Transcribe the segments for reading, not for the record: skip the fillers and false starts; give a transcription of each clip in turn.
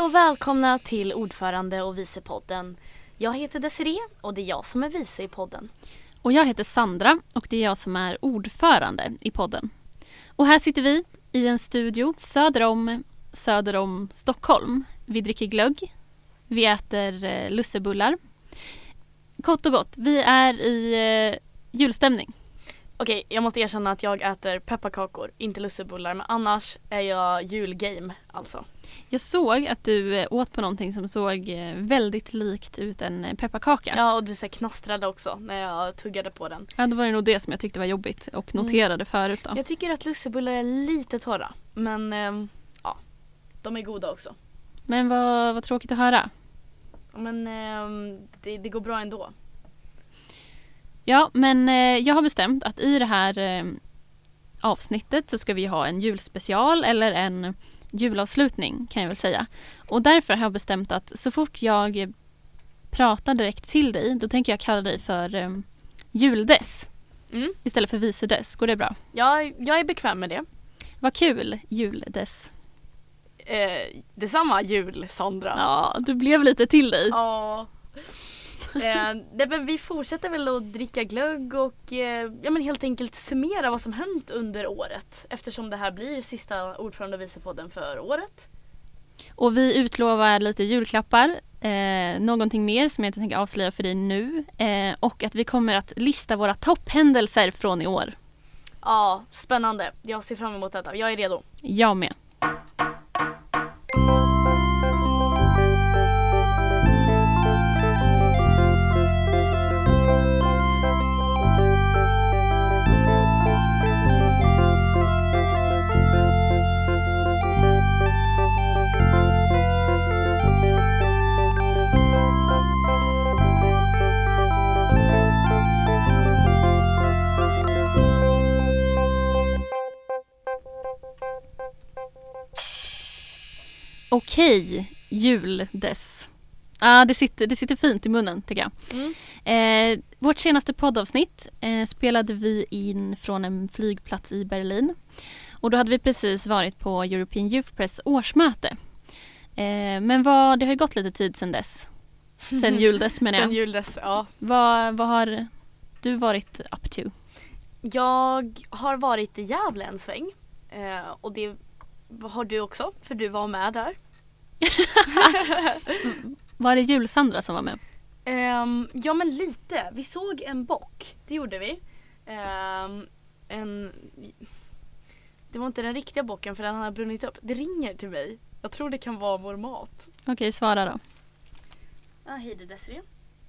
och välkomna till ordförande och vicepodden. Jag heter Desiree och det är jag som är vice i podden. Och jag heter Sandra och det är jag som är ordförande i podden. Och här sitter vi i en studio söder om Stockholm. Vi dricker glögg, vi äter lussebullar. Kort och gott, vi är i julstämning. Okej, jag måste erkänna att jag äter pepparkakor, inte lussebullar, men annars är jag julgame alltså. Jag såg att du åt på någonting som såg väldigt likt ut en pepparkaka. Ja, och det så knastrade också när jag tuggade på den. Ja, det var ju nog det som jag tyckte var jobbigt och noterade förut då. Jag tycker att lussebullar är lite torra, men ja, de är goda också. Men vad tråkigt att höra. Ja, men det går bra ändå. Ja, men jag har bestämt att i det här avsnittet så ska vi ha en julspecial eller en julavslutning kan jag väl säga. Och därför har jag bestämt att så fort jag pratar direkt till dig, då tänker jag kalla dig för juldess. Istället för vicedess. Går det bra? Ja, jag är bekväm med det. Vad kul, juldess. Detsamma jul, Sandra. Ja, du blev lite till dig. Ja. Men vi fortsätter väl att dricka glögg och men helt enkelt summera vad som hänt under året. Eftersom det här blir sista ordförande och vicepodden för året. Och vi utlovar lite julklappar. Någonting mer som jag inte tänker avslöja för dig nu. Och att vi kommer att lista våra topphändelser från i år. Ja, spännande. Jag ser fram emot detta. Jag är redo. Jag med. Okej, juldess. Det sitter fint i munnen tycker jag. Vårt senaste poddavsnitt spelade vi in från en flygplats i Berlin. Och då hade vi precis varit på European Youth Press årsmöte. Men det har ju gått lite tid sedan dess. Sen juldess menar jag. Sen juldess, ja. Vad har du varit up to? Jag har varit i Gävle en sväng. Och det har du också, för du var med där. Var det Julsandra som var med? Ja, men lite. Vi såg en bock, det gjorde vi. Det var inte den riktiga bocken för den hade brunnit upp. Det ringer till mig. Jag tror det kan vara vår mat. Okej, svara då. Hej, det är Desiree.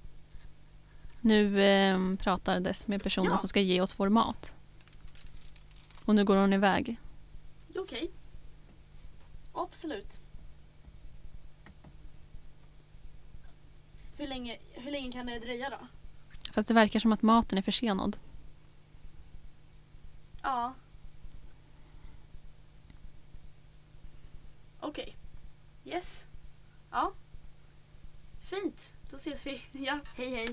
Nu pratar Des med personen som ska ge oss vår mat. Och nu går hon iväg. Okej. Absolut. Hur länge kan det dröja då? Fast det verkar som att maten är försenad. Ja. Okej. Yes. Ja. Fint. Då ses vi. Ja, hej.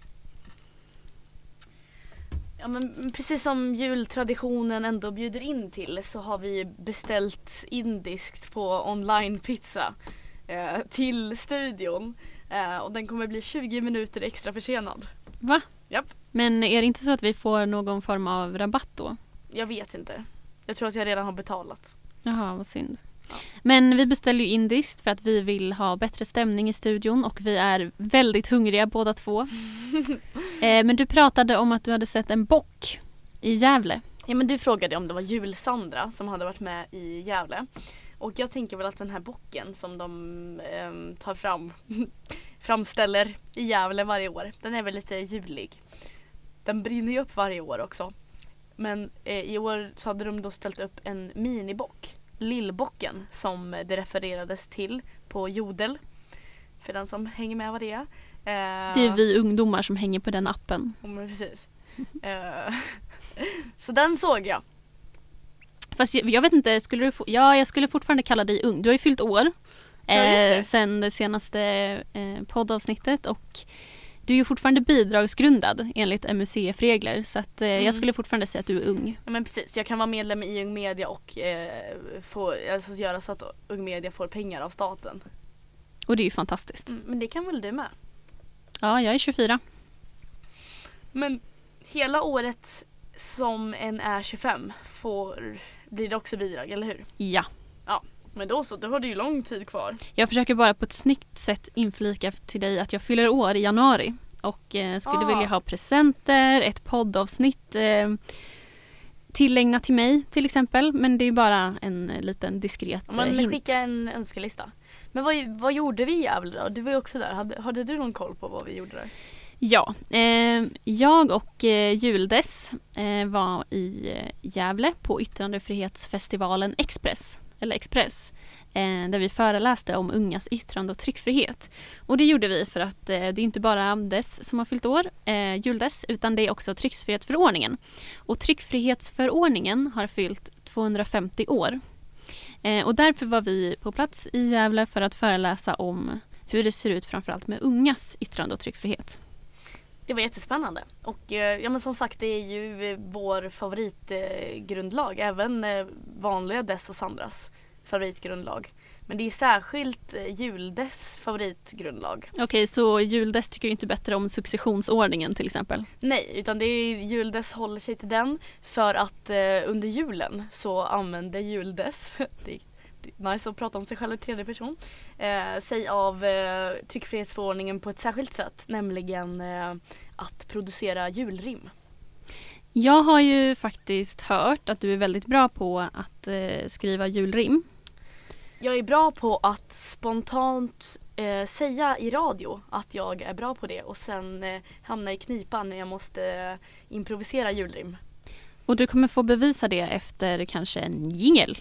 Ja, men precis som jultraditionen ändå bjuder in till så har vi beställt indiskt på online-pizza till studion. Och den kommer bli 20 minuter extra försenad. Va? Japp. Men är det inte så att vi får någon form av rabatt då? Jag vet inte. Jag tror att jag redan har betalat. Jaha, vad synd. Ja. Men vi beställer ju indiskt för att vi vill ha bättre stämning i studion och vi är väldigt hungriga båda två. Men du pratade om att du hade sett en bock i Gävle. Ja, men du frågade om det var Julsandra som hade varit med i Gävle. Och jag tänker väl att den här bocken som de tar framställer i Gävle varje år, den är väl lite julig. Den brinner ju upp varje år också. Men i år så hade de då ställt upp en minibock. Lillbocken som det refererades till på Jodel. För den som hänger med vad det är. Det är vi ungdomar som hänger på den appen. Ja, men precis. Så den såg jag. Fast jag vet inte, jag skulle fortfarande kalla dig ung. Du har ju fyllt år sen det senaste poddavsnittet och du är ju fortfarande bidragsgrundad enligt MUCF-regler så att jag skulle fortfarande säga att du är ung. Ja, men precis, jag kan vara medlem i Ung Media och få göra så att Ung Media får pengar av staten. Och det är ju fantastiskt. Men det kan väl du med? Ja, jag är 24. Men hela året som en är 25 blir det också bidrag, eller hur? Ja. Men då har du ju lång tid kvar. Jag försöker bara på ett snyggt sätt inflika till dig att jag fyller år i januari. Och skulle vilja ha presenter, ett poddavsnitt tillägnat till mig till exempel. Men det är bara en liten diskret hint. Skicka en önskelista. Men vad gjorde vi i Gävle då? Du var ju också där. Hade du någon koll på vad vi gjorde där? Ja, jag och Juldess var i Gävle på yttrandefrihetsfestivalen Express. Där vi föreläste om ungas yttrande och tryckfrihet. Och det gjorde vi för att det är inte bara Dess som har fyllt år, Juldess, utan det är också tryckfrihetsförordningen. Och tryckfrihetsförordningen har fyllt 250 år. Och därför var vi på plats i Gävle för att föreläsa om hur det ser ut framförallt med ungas yttrande och tryckfrihet. Det var jättespännande. Och men som sagt, det är ju vår favoritgrundlag. Även vanliga Dess och Sandras favoritgrundlag. Men det är särskilt Juldess favoritgrundlag. Okej, så Juldess tycker inte bättre om successionsordningen till exempel? Nej, utan det är Juldess håller sig till den för att under julen så använder Juldess det är nice att prata om sig själv i tredje person sig av tryckfrihetsförordningen på ett särskilt sätt, nämligen att producera julrim. Jag har ju faktiskt hört att du är väldigt bra på att skriva julrim. Jag är bra på att spontant säga i radio att jag är bra på det och sen hamna i knipan när jag måste improvisera julrim. Och du kommer få bevisa det efter kanske en jingle.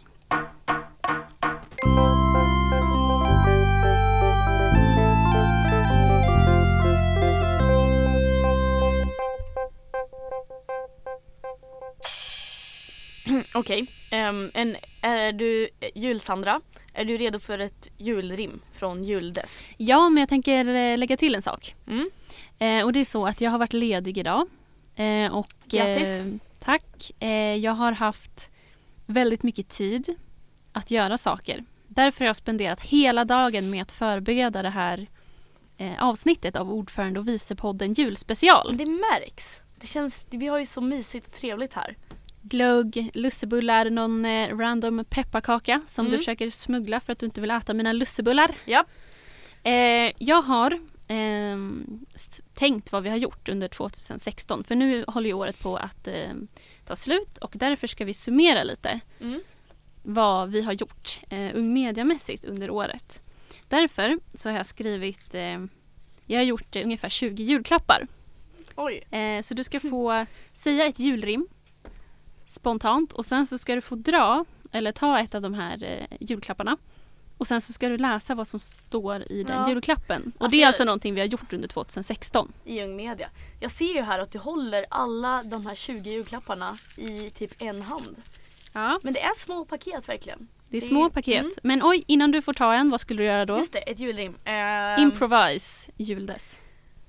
Okej. Är du Julsandra? Är du redo för ett julrim från Juldess? Ja, men jag tänker lägga till en sak. Och det är så att jag har varit ledig idag. Och, grattis! Tack. Jag har haft väldigt mycket tid att göra saker. Därför har jag spenderat hela dagen med att förbereda det här avsnittet av Ordförande och vicepodden julspecial. Det märks. Vi har ju så mysigt och trevligt här. Glögg, lussebullar, någon random pepparkaka som du försöker smuggla för att du inte vill äta mina lussebullar. Ja. Jag har tänkt vad vi har gjort under 2016. För nu håller ju året på att ta slut och därför ska vi summera lite vad vi har gjort ungmediamässigt under året. Därför så har jag skrivit, jag har gjort ungefär 20 julklappar. Oj. Så du ska få säga ett julrim spontant och sen så ska du få dra eller ta ett av de här julklapparna och sen så ska du läsa vad som står i den julklappen. Och det är alltså någonting vi har gjort under 2016. I Ung Media. Jag ser ju här att du håller alla de här 20 julklapparna i typ en hand. Ja. Men det är små paket verkligen. Det är små paket. Men oj, innan du får ta en, vad skulle du göra då? Just det, ett julrim. Improvise Juldess.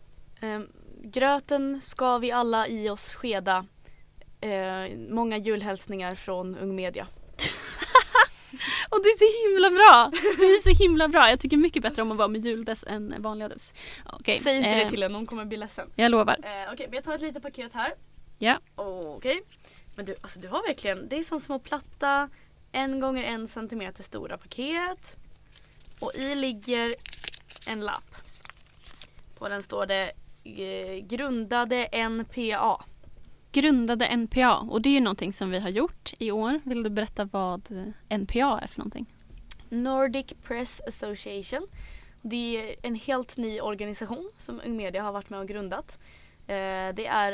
Gröten ska vi alla i oss skeda. Många julhälsningar från Ung Media. Och det är så himla bra. Det är så himla bra. Jag tycker mycket bättre om att vara med Juldess än vanliga dess. Okay. Säg inte det till en, de kommer bli ledsen. Jag lovar. Okej, men jag tar ett litet paket här. Ja. Okej. Men du har verkligen, det är som små platta 1x1 centimeter stora paket. Och i ligger en lapp. På den står det grundade NPA. Grundade NPA. Och det är ju någonting som vi har gjort i år. Vill du berätta vad NPA är för någonting? Nordic Press Association. Det är en helt ny organisation som Ung Media har varit med och grundat. Det är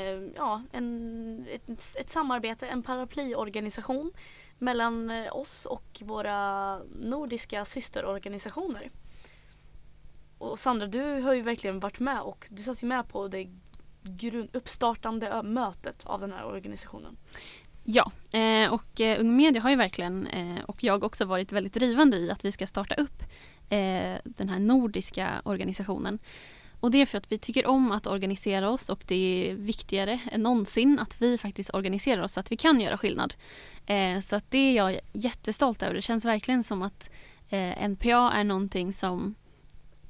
ett samarbete, en paraplyorganisation mellan oss och våra nordiska systerorganisationer. Och Sandra, du har ju verkligen varit med och du satt ju med på det uppstartande mötet av den här organisationen. Ja, och Ung Media har ju verkligen och jag också varit väldigt drivande i att vi ska starta upp den här nordiska organisationen. Och det är för att vi tycker om att organisera oss och det är viktigare än någonsin att vi faktiskt organiserar oss så att vi kan göra skillnad. Så att det är jag jättestolt över. Det känns verkligen som att NPA är någonting som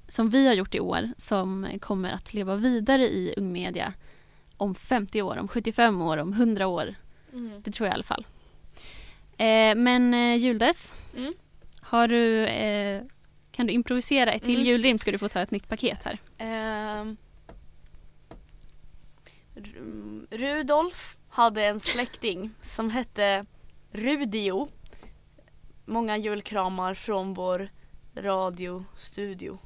som vi har gjort i år som kommer att leva vidare i Ung Media om 50 år, om 75 år, om 100 år. Det tror jag i alla fall. Men Juldes, har du, kan du improvisera ett till julrim? Ska du få ta ett nytt paket här. Rudolf hade en släkting som hette Rudio. Många julkramar från vår radiostudio.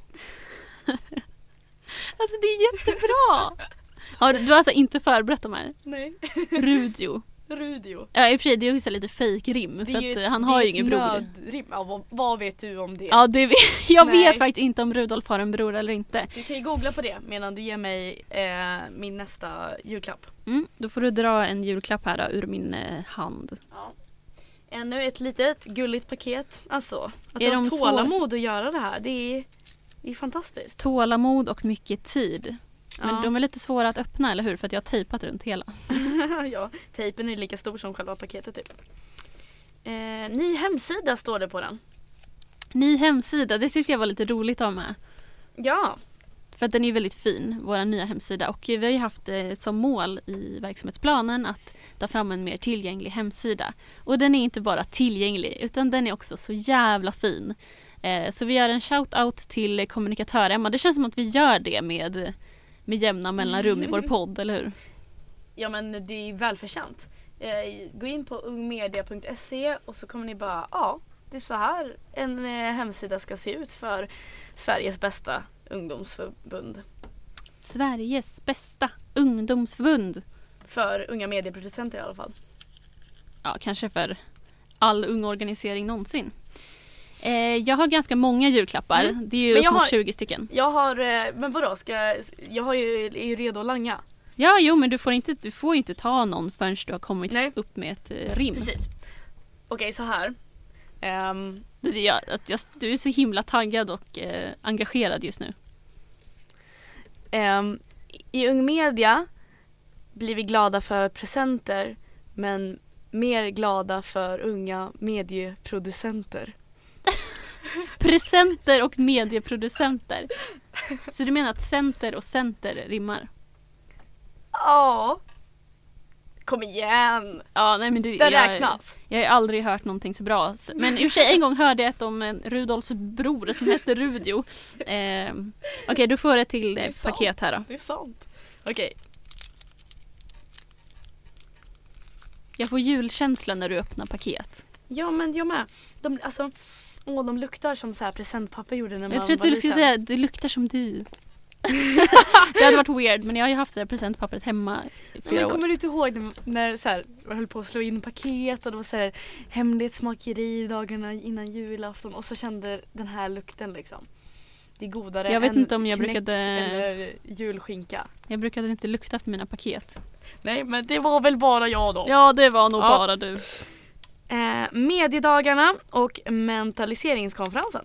Alltså det är jättebra! Du har alltså inte förberett de här? Nej. Rudio. Ja, i och för sig, det är också lite fake-rim. För att han har ju ingen bror. Nödrim. Ja, vad vet du om det? Ja, jag vet faktiskt inte om Rudolf har en bror eller inte. Du kan ju googla på det medan du ger mig min nästa julklapp. Då får du dra en julklapp här då, ur min hand. Ja. Ännu ett litet gulligt paket. Alltså, att är du har tålamod att göra det här. Det är fantastiskt. Tålamod och mycket tid. Men de är lite svåra att öppna, eller hur? För att jag har tejpat runt hela. Ja, tejpen är lika stor som själva paketet typ. Ny hemsida står det på den. Ny hemsida, det tyckte jag var lite roligt att ha med. Ja. För att den är väldigt fin, vår nya hemsida. Och vi har ju haft som mål i verksamhetsplanen att ta fram en mer tillgänglig hemsida. Och den är inte bara tillgänglig, utan den är också så jävla fin. Så vi gör en shout-out till kommunikatör Emma. Det känns som att vi gör det med jämna mellanrum i vår podd, eller hur? Ja, men det är välförtjänt. Gå in på ungmedia.se och så kommer ni bara, det är så här en hemsida ska se ut för Sveriges bästa ungdomsförbund. Sveriges bästa ungdomsförbund. För unga medieproducenter i alla fall. Ja, kanske för all ung organisering någonsin. Jag har ganska många julklappar. Det är ju upp mot 20 stycken. Jag har, men vadå? Jag är ju redo att langa. Ja, jo, men du får inte ta någon förrän du har kommit upp med ett rim. Precis. Okej, så här. Du är så himla taggad och engagerad just nu. I Ung Media blir vi glada för presenter, men mer glada för unga medieproducenter. Presenter och medieproducenter. Så du menar att center och center rimmar? Ja. Kom igen. Ja, nej, men det räknas. Jag har aldrig hört någonting så bra. Men i och för sig en gång hörde jag om en Rudolfs bror som hette Rudio. Okej, du får ett till paket här då. Det är sant. Okej. Jag får julkänsla när du öppnar paket. Ja, men jag med. De luktar som så här presentpapper gjorde när man var Jag tror att du skulle säga att det luktar som du. Det hade varit weird, men jag har ju haft det här presentpappret hemma i flera år. Kommer du inte ihåg när så här, jag höll på att slå in paket och det var så här hemlighetsmakeri dagarna innan julafton och så kände den här lukten liksom. Det är godare jag vet än inte om jag knäck eller julskinka. Jag brukade inte lukta på mina paket. Nej, men det var väl bara jag då. Ja, det var nog bara du. Mediedagarna och mentaliseringskonferensen.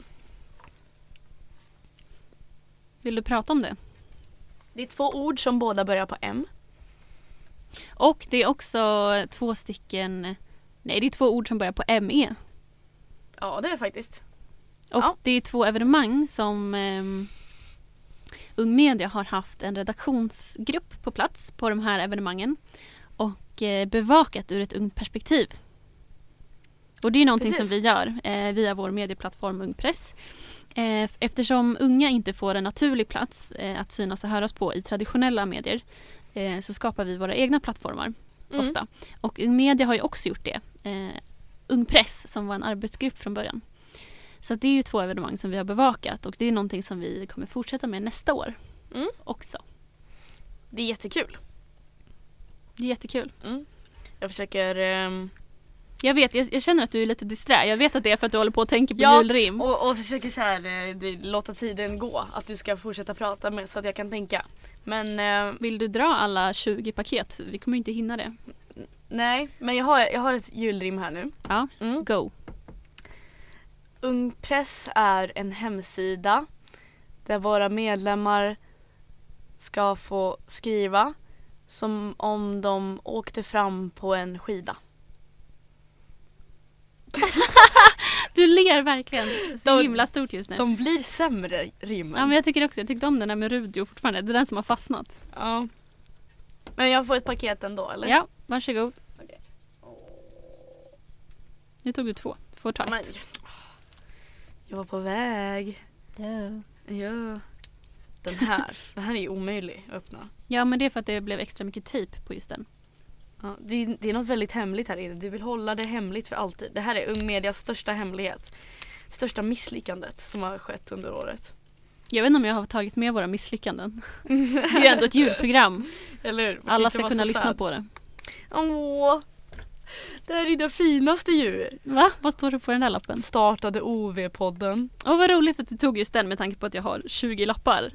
Vill du prata om det? Det är 2 ord som båda börjar på M. Och det är också 2 ord som börjar på ME. Ja, det är faktiskt. Och det är 2 evenemang som Ung Media har haft en redaktionsgrupp på plats på de här evenemangen och bevakat ur ett ungt perspektiv. Och det är någonting som vi gör via vår medieplattform Ung Press. Eftersom unga inte får en naturlig plats att synas och höras på i traditionella medier så skapar vi våra egna plattformar ofta. Och Ung Media har ju också gjort det. Ung Press som var en arbetsgrupp från början. Så det är ju 2 evenemang som vi har bevakat och det är någonting som vi kommer fortsätta med nästa år också. Det är jättekul. Det är jättekul. Jag försöker... Jag vet, jag känner att du är lite disträ. Jag vet att det är för att du håller på att tänka på julrim. Och försöker så här, låta tiden gå. Att du ska fortsätta prata med så att jag kan tänka. Men vill du dra alla 20 paket? Vi kommer ju inte hinna det. Nej, men jag har ett julrim här nu. Ja, go. Ung Press är en hemsida där våra medlemmar ska få skriva som om de åkte fram på en skida. Du ler verkligen så De- himla stort just nu. De blir sämre rimmen. Ja, men jag tycker också, jag tyckte om den där med Rudio fortfarande. Det är den som har fastnat. Ja. Men jag får ett paket ändå, eller? Ja, varsågod. Okej. Nu tog du 2. Du får ta Men, ett. jag var på väg. Ja. Den här är ju omöjlig att öppna. Ja, men det är för att det blev extra mycket tejp på just den. Ja, det är något väldigt hemligt här inne. Du vill hålla det hemligt för alltid. Det här är Ung Medias största hemlighet. Största misslyckandet som har skett under året. Jag vet inte om jag har tagit med våra misslyckanden. Det är ju ändå ett julprogram. Eller hur? Alla ska kunna lyssna på det. Åh, det här är det finaste ju. Va? Vad står det på den där lappen? Startade OV-podden. Åh, vad roligt att du tog just den med tanke på att jag har 20 lappar.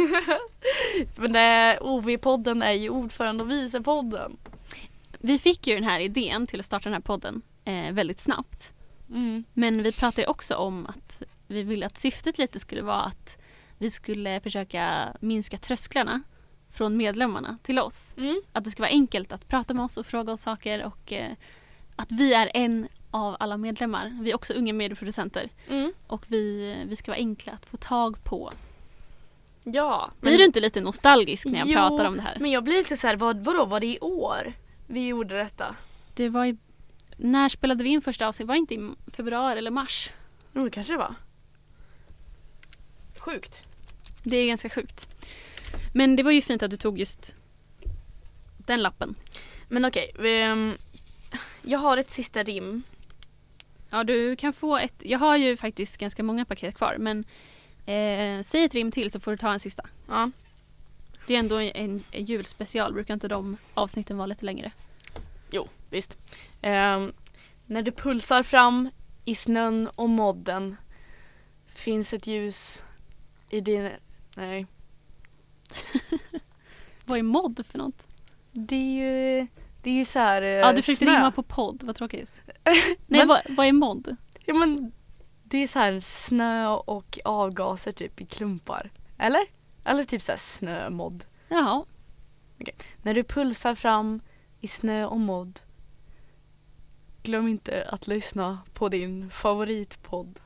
Men OV-podden är ju ordförande och vicepodden. Vi fick ju den här idén till att starta den här podden väldigt snabbt. Mm. Men vi pratade ju också om att vi ville att syftet lite skulle vara att vi skulle försöka minska trösklarna från medlemmarna till oss. Mm. Att det ska vara enkelt att prata med oss och fråga oss saker och att vi är en av alla medlemmar. Vi är också unga medieproducenter Mm. och vi ska vara enkla att få tag på. Ja. Blir du inte lite nostalgisk när jag Jo, pratar om det här? Men jag blir lite så här, vadå, var det i år vi gjorde detta? Det var ju, när spelade vi in första avsnitt? Var det inte i februari eller mars? Jo, det kanske det var. Sjukt. Det är ganska sjukt. Men det var ju fint att du tog just den lappen. Men okej, jag har ett sista rim. Ja, du kan få ett. Jag har ju faktiskt ganska många paket kvar. Men säg ett rim till så får du ta en sista. Ja. Det är ändå en julspecial. Brukar inte de avsnitten vara lite längre? Jo, visst. När du pulsar fram i snön och modden finns ett ljus i din... Nej. Vad är mod för något? Det är ju så här Ja, du försökte snö. rimma på podd. Vad tråkigt. Men- Nej, vad är mod? Ja, men det är så här snö och avgaser typ i klumpar. Eller? Eller typ så här snömodd. Jaha. När du pulsar fram i snö och modd, glöm inte att lyssna på din favoritpodd.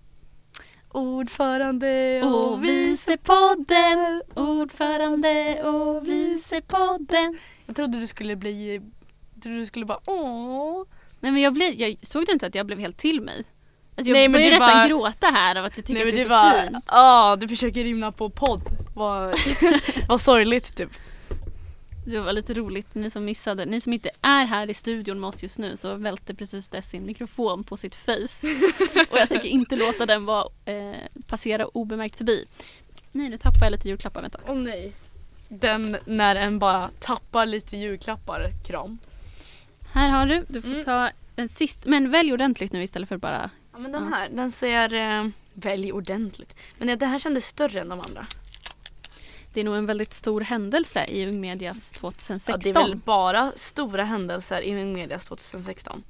Ordförande och vicepodden. Ordförande och vicepodden. Jag trodde du skulle bara åh. Nej, men jag såg du inte att jag blev helt till mig? Alltså, jag Nej, men började du nästan bara- gråta här av att jag tycker Nej, att men det är du så fint. du försöker rimma på podd. Vad sorgligt typ. Det var lite roligt, ni som missade. Ni som inte är här i studion med oss just nu så välte precis dess sin mikrofon på sitt face. Och jag tänker inte låta den passera obemärkt förbi. Nej, nu tappar jag lite julklappar, vänta. Åh nej. Den när en bara tappar lite julklappar, kram. Här har du, du får ta en sist. Men välj ordentligt nu istället för bara... Ja, men den här, den ser välj ordentligt. Men det här kändes större än de andra. Det är nog en väldigt stor händelse i Ung Medias 2016. Ja, det är väl bara stora händelser i Ung Medias 2016.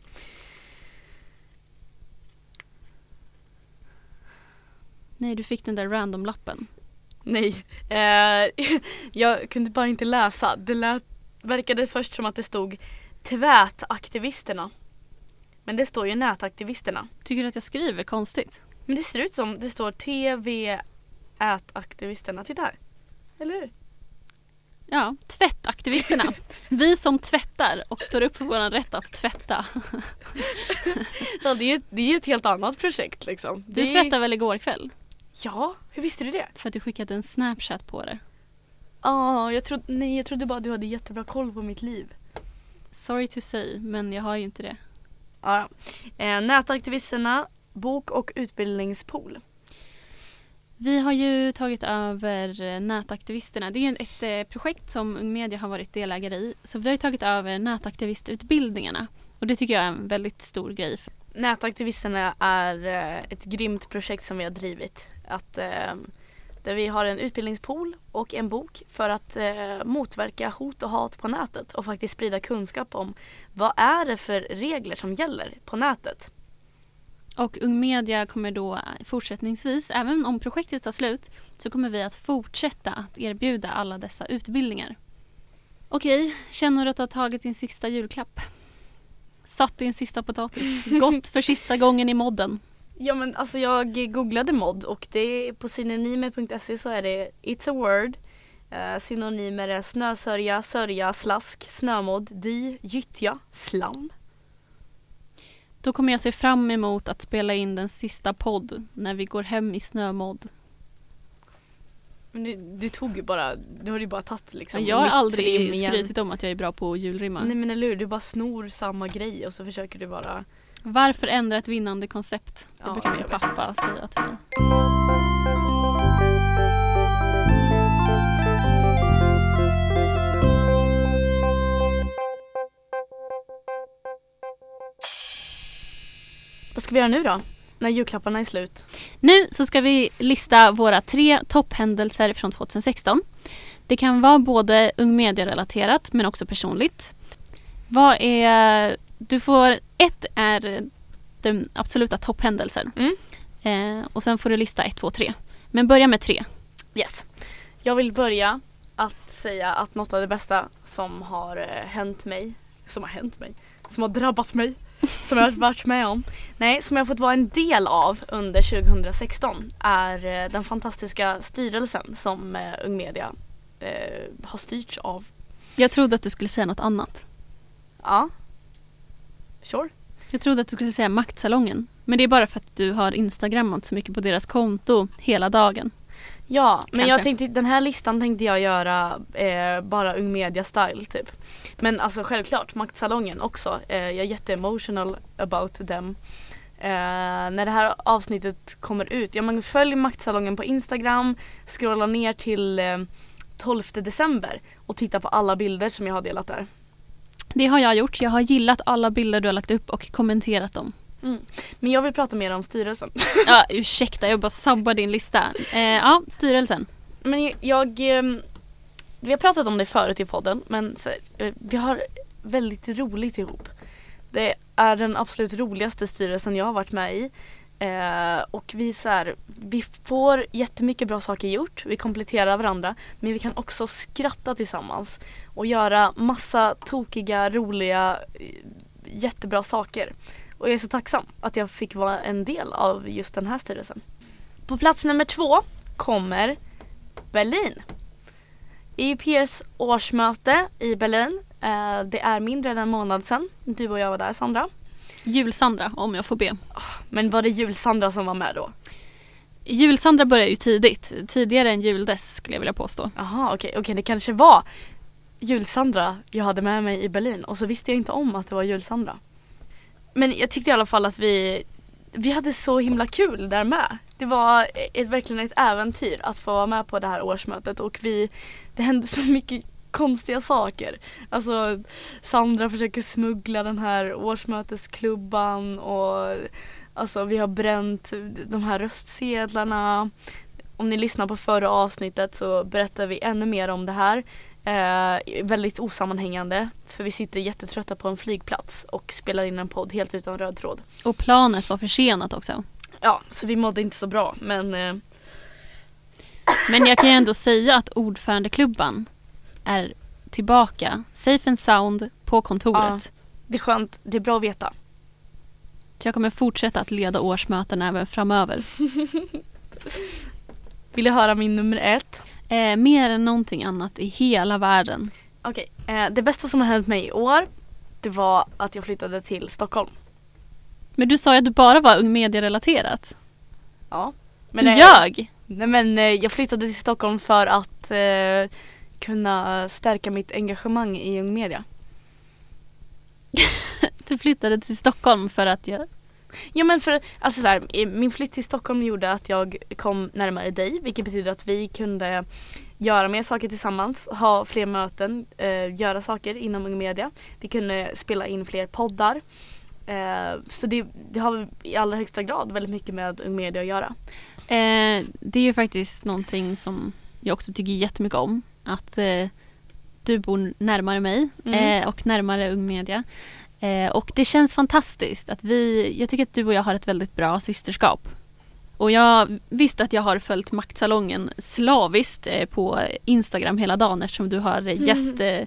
Nej, du fick den där random-lappen. Nej, jag kunde bara inte läsa. Det verkade först som att det stod tvätaktivisterna. Men det står ju nätaktivisterna. Tycker du att jag skriver konstigt? Men det ser ut som det står tv-aktivisterna. Titta här. Eller hur? Ja, tvättaktivisterna. Vi som tvättar och står upp för vår rätt att tvätta. Ja, det är ju ett helt annat projekt liksom. Du tvättade väl igår kväll? Ja, hur visste du det? För att du skickade en Snapchat på det. Jag trodde bara att du hade jättebra koll på mitt liv. Sorry to say, men jag har ju inte det. Ja. Nätaktivisterna, bok- och utbildningspool. Vi har ju tagit över nätaktivisterna. Det är ju ett projekt som Ung Media har varit delägare i. Så vi har ju tagit över nätaktivistutbildningarna. Och det tycker jag är en väldigt stor grej. Nätaktivisterna är ett grymt projekt som vi har drivit. Där vi har en utbildningspool och en bok för att motverka hot och hat på nätet. Och faktiskt sprida kunskap om vad är det för regler som gäller på nätet. Och Ung Media kommer då fortsättningsvis, även om projektet tar slut, så kommer vi att fortsätta att erbjuda alla dessa utbildningar. Okej, känner du att du har tagit din sista julklapp? Satt din sista potatis? Gått för sista gången i modden? Ja men alltså jag googlade mod och det på synonymer.se så är det it's a word. Synonymer är snösörja, sörja, slask, snömodd, dy, gyttja, slam. Då kommer jag se fram emot att spela in den sista podd när vi går hem i snömodd. Men du tog ju bara, du har ju bara tagit liksom. Jag har aldrig rim igen. skrytit om att jag är bra på julrimma. Nej men eller hur, du bara snor samma grej och så försöker du bara... Varför ändra ett vinnande koncept? Det Ja, brukar min jag vet. pappa säga till mig. Vad ska vi göra nu då? När julklapparna är slut. Nu så ska vi lista våra 3 topphändelser från 2016. Det kan vara både Ung Media-relaterat men också personligt. Vad är... Du får... 1 är den absoluta topphändelsen. Och sen får du lista 1, 2, 3. Men börja med 3. Yes. Jag vill börja att säga att något av det bästa som har hänt mig, som har drabbat mig, som jag har varit med om, som jag har fått vara en del av under 2016 är den fantastiska styrelsen som Ung Media har styrts av. Jag trodde att du skulle säga något annat. Ja. Sure. Jag trodde att du skulle säga Maktsalongen. Men det är bara för att du har instagrammat så mycket på deras konto hela dagen. Ja, men Kanske. jag tänkte, den här listan tänkte jag göra bara Ung Media style typ. Men alltså självklart, Maktsalongen också. Jag är jätteemotional about them. När det här avsnittet kommer ut, man följ Maktsalongen på Instagram, scrolla ner till 12 december och titta på alla bilder som jag har delat där. Det har jag gjort. Jag har gillat alla bilder du har lagt upp och kommenterat dem. Men jag vill prata mer om styrelsen. Ja, ursäkta, jag bara sabbar din lista. Ja, styrelsen. Men vi har pratat om det förut i podden, men vi har väldigt roligt ihop. Det är den absolut roligaste styrelsen jag har varit med i. Och vi får jättemycket bra saker gjort. Vi kompletterar varandra, men vi kan också skratta tillsammans och göra massa tokiga, roliga, jättebra saker. Och jag är så tacksam att jag fick vara en del av just den här styrelsen. På plats nummer 2 kommer Berlin. EUPs årsmöte i Berlin. Det är mindre än en månad sedan. Du och jag var där, Sandra. Julsandra, om jag får be. Men var det Julsandra som var med då? Julsandra börjar ju tidigt. Tidigare än Juldess skulle jag vilja påstå. Jaha, okej. Det kanske var Julsandra jag hade med mig i Berlin. Och så visste jag inte om att det var Julsandra. Men jag tyckte i alla fall att vi hade så himla kul där med. Det var verkligen ett äventyr att få vara med på det här årsmötet. Och det hände så mycket konstiga saker. Alltså Sandra försöker smuggla den här årsmötesklubban och alltså vi har bränt de här röstsedlarna. Om ni lyssnar på förra avsnittet så berättar vi ännu mer om det här. Väldigt osammanhängande för vi sitter jättetrötta på en flygplats och spelar in en podd helt utan röd tråd. Och planet var försenat också. Ja, så vi mådde inte så bra, men jag kan ju ändå säga att ordförandeklubban är tillbaka, safe and sound, på kontoret. Ja, det är skönt, det är bra att veta. Så jag kommer fortsätta att leda årsmöten även framöver. Vill du höra min nummer 1? Mer än någonting annat i hela världen. Okej, det bästa som har hänt mig i år, det var att jag flyttade till Stockholm. Men du sa ju att du bara var Ung Media-relaterat. Ja. Men du ljög! Nej, men jag flyttade till Stockholm för att kunna stärka mitt engagemang i Ung Media. Du flyttade till Stockholm för att jag... Ja, men alltså min flytt till Stockholm gjorde att jag kom närmare dig, vilket betyder att vi kunde göra mer saker tillsammans, ha fler möten, göra saker inom Ung Media. Vi kunde spela in fler poddar. Så det har i allra högsta grad väldigt mycket med Ung Media att göra. Det är ju faktiskt någonting som jag också tycker jättemycket om. Att du bor närmare mig och närmare Ung Media. Och det känns fantastiskt att jag tycker att du och jag har ett väldigt bra systerskap. Och jag visste att jag har följt Maktsalongen slaviskt på Instagram hela dagen eftersom du har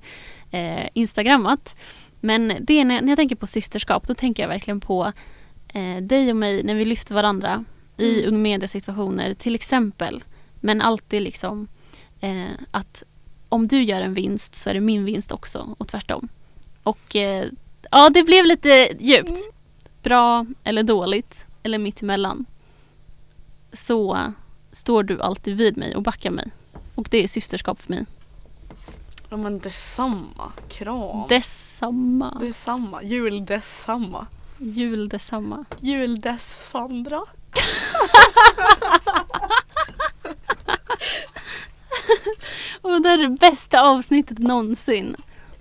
instagrammat. Men det är när jag tänker på systerskap, då tänker jag verkligen på dig och mig när vi lyfter varandra i mediesituationer till exempel. Men alltid liksom att om du gör en vinst så är det min vinst också och tvärtom. Och ja, det blev lite djupt. Bra eller dåligt eller mittemellan. Så står du alltid vid mig och backar mig. Och det är systerskap för mig. Ja, men detsamma. Kram. Detsamma. Detsamma. Jul detsamma. Jul detsamma. Jul dess Sandra. Och det är det bästa avsnittet någonsin.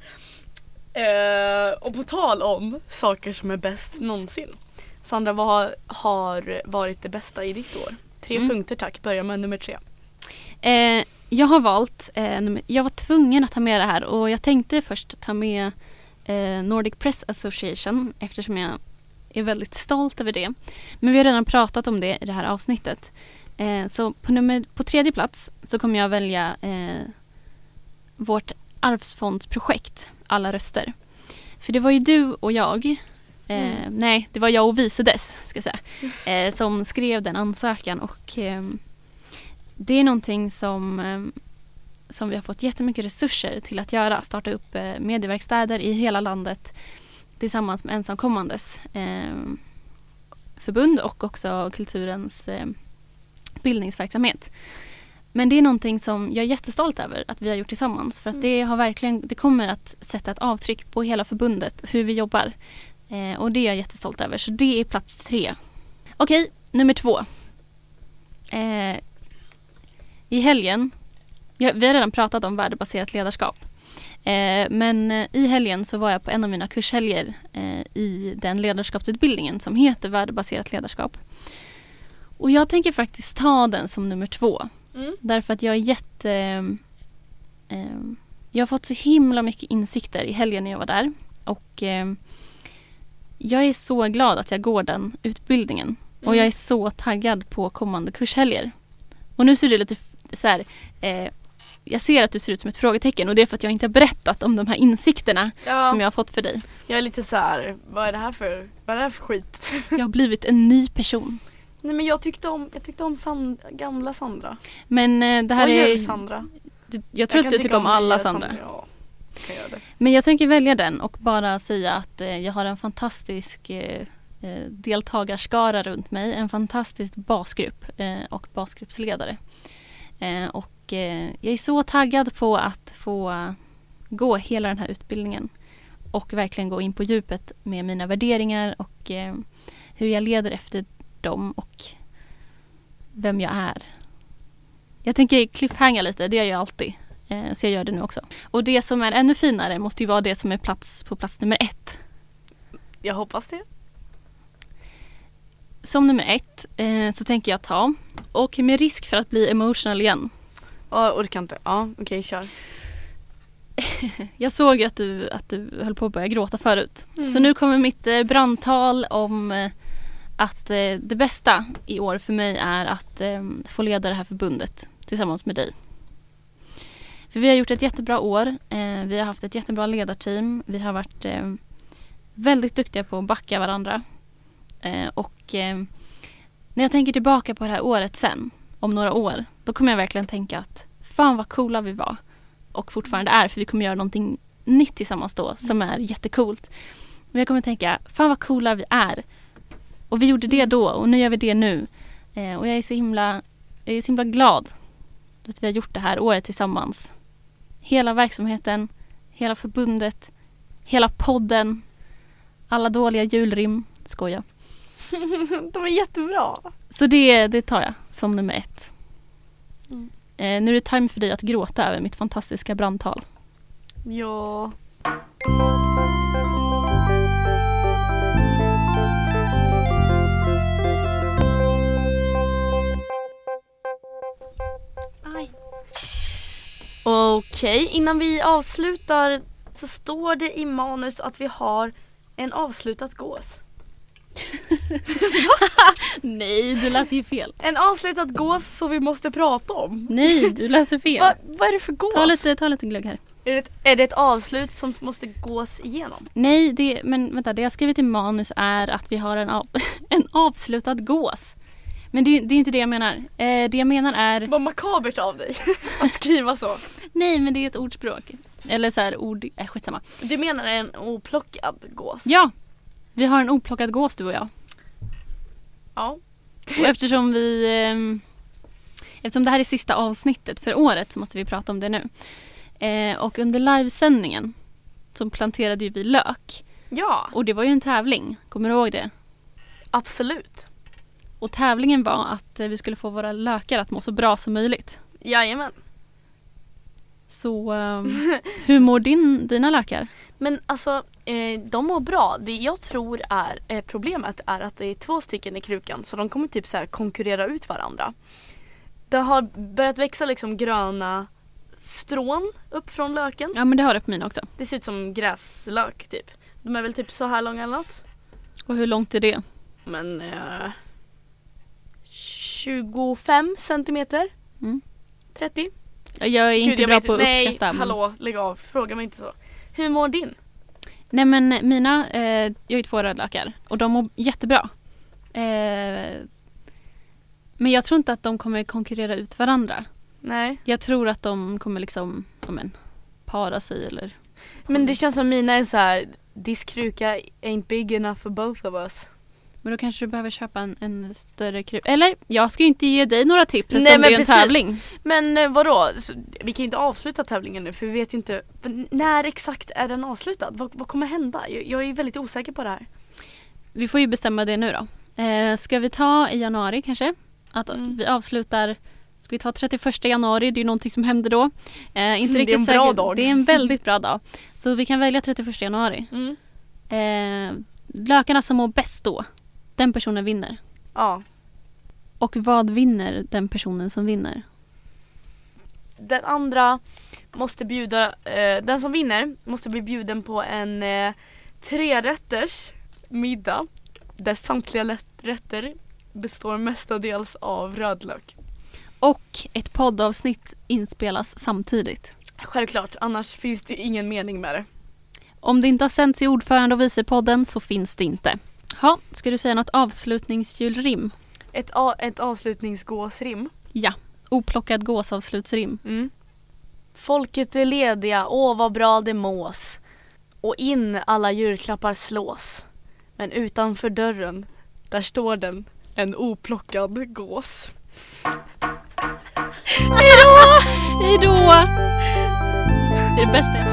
Och på tal om saker som är bäst någonsin. Sandra, vad har varit det bästa i ditt år? 3 punkter tack. Börja med nummer 3. Jag har valt, jag var tvungen att ta med det här och jag tänkte först ta med Nordic Press Association eftersom jag är väldigt stolt över det. Men vi har redan pratat om det i det här avsnittet. Så på 3:e plats så kommer jag välja vårt arvsfondsprojekt, Alla röster. För det var ju du och jag, nej det var jag och Vice Dess ska jag säga, som skrev den ansökan och det är någonting som vi har fått jättemycket resurser till att göra. Starta upp medieverkstäder i hela landet tillsammans med ensamkommandes förbund och också kulturens bildningsverksamhet. Men det är någonting som jag är jättestolt över att vi har gjort tillsammans. För att det kommer att sätta ett avtryck på hela förbundet, hur vi jobbar. Och det är jag jättestolt över. Så det är plats 3. Okej, nummer 2. I helgen, vi har redan pratat om värdebaserat ledarskap. Men i helgen så var jag på en av mina kurshelger i den ledarskapsutbildningen som heter värdebaserat ledarskap. Och jag tänker faktiskt ta den som nummer 2. Därför att jag är jag har fått så himla mycket insikter i helgen när jag var där. Och jag är så glad att jag går den utbildningen. Och jag är så taggad på kommande kurshelger. Och nu ser det lite så här... jag ser att du ser ut som ett frågetecken och det är för att jag inte har berättat om de här insikterna som jag har fått för dig. Jag är lite så här, vad är det här för skit? Jag har blivit en ny person. Nej, men jag tyckte om gamla Sandra. Men det här är Sandra. Jag tror att du tycker om alla Sandra. Ja, kan göra det. Men jag tänker välja den och bara säga att jag har en fantastisk deltagarskara runt mig, en fantastisk basgrupp och basgruppsledare. Och jag är så taggad på att få gå hela den här utbildningen och verkligen gå in på djupet med mina värderingar och hur jag leder efter dem och vem jag är. Jag tänker cliffhanga lite, det gör jag alltid. Så jag gör det nu också. Och det som är ännu finare måste ju vara det som är på plats nummer 1. Jag hoppas det. Som nummer 1 så tänker jag ta, och med risk för att bli emotional igen. Jag orkar inte. Ja, okej, kör. Jag såg ju att du höll på att börja gråta förut. Så nu kommer mitt brandtal om att det bästa i år för mig är att få leda det här förbundet tillsammans med dig. För vi har gjort ett jättebra år. Vi har haft ett jättebra ledarteam. Vi har varit väldigt duktiga på att backa varandra. Och när jag tänker tillbaka på det här året sen, om några år, då kommer jag verkligen tänka att fan vad coola vi var. Och fortfarande är, för vi kommer göra någonting nytt tillsammans då som är jättecoolt. Men jag kommer tänka, fan vad coola vi är. Och vi gjorde det då och nu gör vi det nu. Och jag är så himla glad att vi har gjort det här året tillsammans. Hela verksamheten, hela förbundet, hela podden, alla dåliga julrim, skoja. De är jättebra. Så det tar jag som nummer 1. Nu är det time för dig att gråta över mitt fantastiska brandtal. Ja. Okej, innan vi avslutar så står det i manus att vi har en avslutat gås. Nej, du läser ju fel. En avslutad gås som vi måste prata om. Nej, du läser fel. Vad är det för gås? Ta lite glögg här. Är det ett avslut som måste gås igenom? Nej, men vänta, det jag skrivit i manus är att vi har en avslutad gås. Men det är inte det jag menar. Det jag menar är... Vad makabert av dig att skriva så. Nej, men det är ett ordspråk. Eller så här ord... skitsamma. Du menar en oplockad gås? Ja, vi har en oplockad gås, du och jag. Ja. Och eftersom det här är sista avsnittet för året så måste vi prata om det nu. Och under livesändningen så planterade ju vi lök. Ja. Och det var ju en tävling, kommer du ihåg det? Absolut. Och tävlingen var att vi skulle få våra lökar att må så bra som möjligt. Jajamän. Så hur mår dina lökar? Men alltså, de mår bra. Det jag tror är problemet är att det är 2 stycken i krukan. Så de kommer typ så här konkurrera ut varandra. Det har börjat växa liksom gröna strån upp från löken. Ja, men det har det på min också. Det ser ut som gräslök typ. De är väl typ så här långa eller något. Och hur långt är det? Men 25 centimeter. 30. Jag är inte bra på att uppskatta. Nej, hallå, lägg av. Fråga mig inte så. Hur mår din? Nej, men mina, jag har ju 2 rödlökar. Och de mår jättebra. Men jag tror inte att de kommer konkurrera ut varandra. Nej. Jag tror att de kommer liksom, para sig eller... Men det känns som mina är så här, this kruka ain't big enough for both of us. Men då kanske du behöver köpa en större kruka. Eller, jag ska ju inte ge dig några tips Nej, som det är en precis. tävling. Men vadå? Så, vi kan ju inte avsluta tävlingen nu för vi vet ju inte när exakt är den avslutad. Vad kommer hända? Jag är väldigt osäker på det här. Vi får ju bestämma det nu då. Ska vi ta i januari kanske? Att vi avslutar... Ska vi ta 31 januari? Det är ju någonting som händer då. Inte riktigt det är en bra dag. Det är en väldigt bra dag. Så vi kan välja 31 januari. Lökarna som mår bäst då, den personen vinner. Ja. Och vad vinner den personen som vinner? Den andra måste bjuda... den som vinner måste bli bjuden på en 3-rätters middag. Där samtliga rätter består mestadels av rödlök. Och ett poddavsnitt inspelas samtidigt. Självklart, annars finns det ingen mening med det. Om det inte har sänts i ordförande och vicepodden så finns det inte. Ja, ska du säga något avslutningsjulrim? Ett avslutningsgåsrim. Ja, oplockad gåsavslutsrim. Folket är lediga, åh vad bra det mås. Och in alla julklappar slås. Men utanför dörren, där står den, en oplockad gås. Hejdå! Hejdå! Det är det bästa jag har.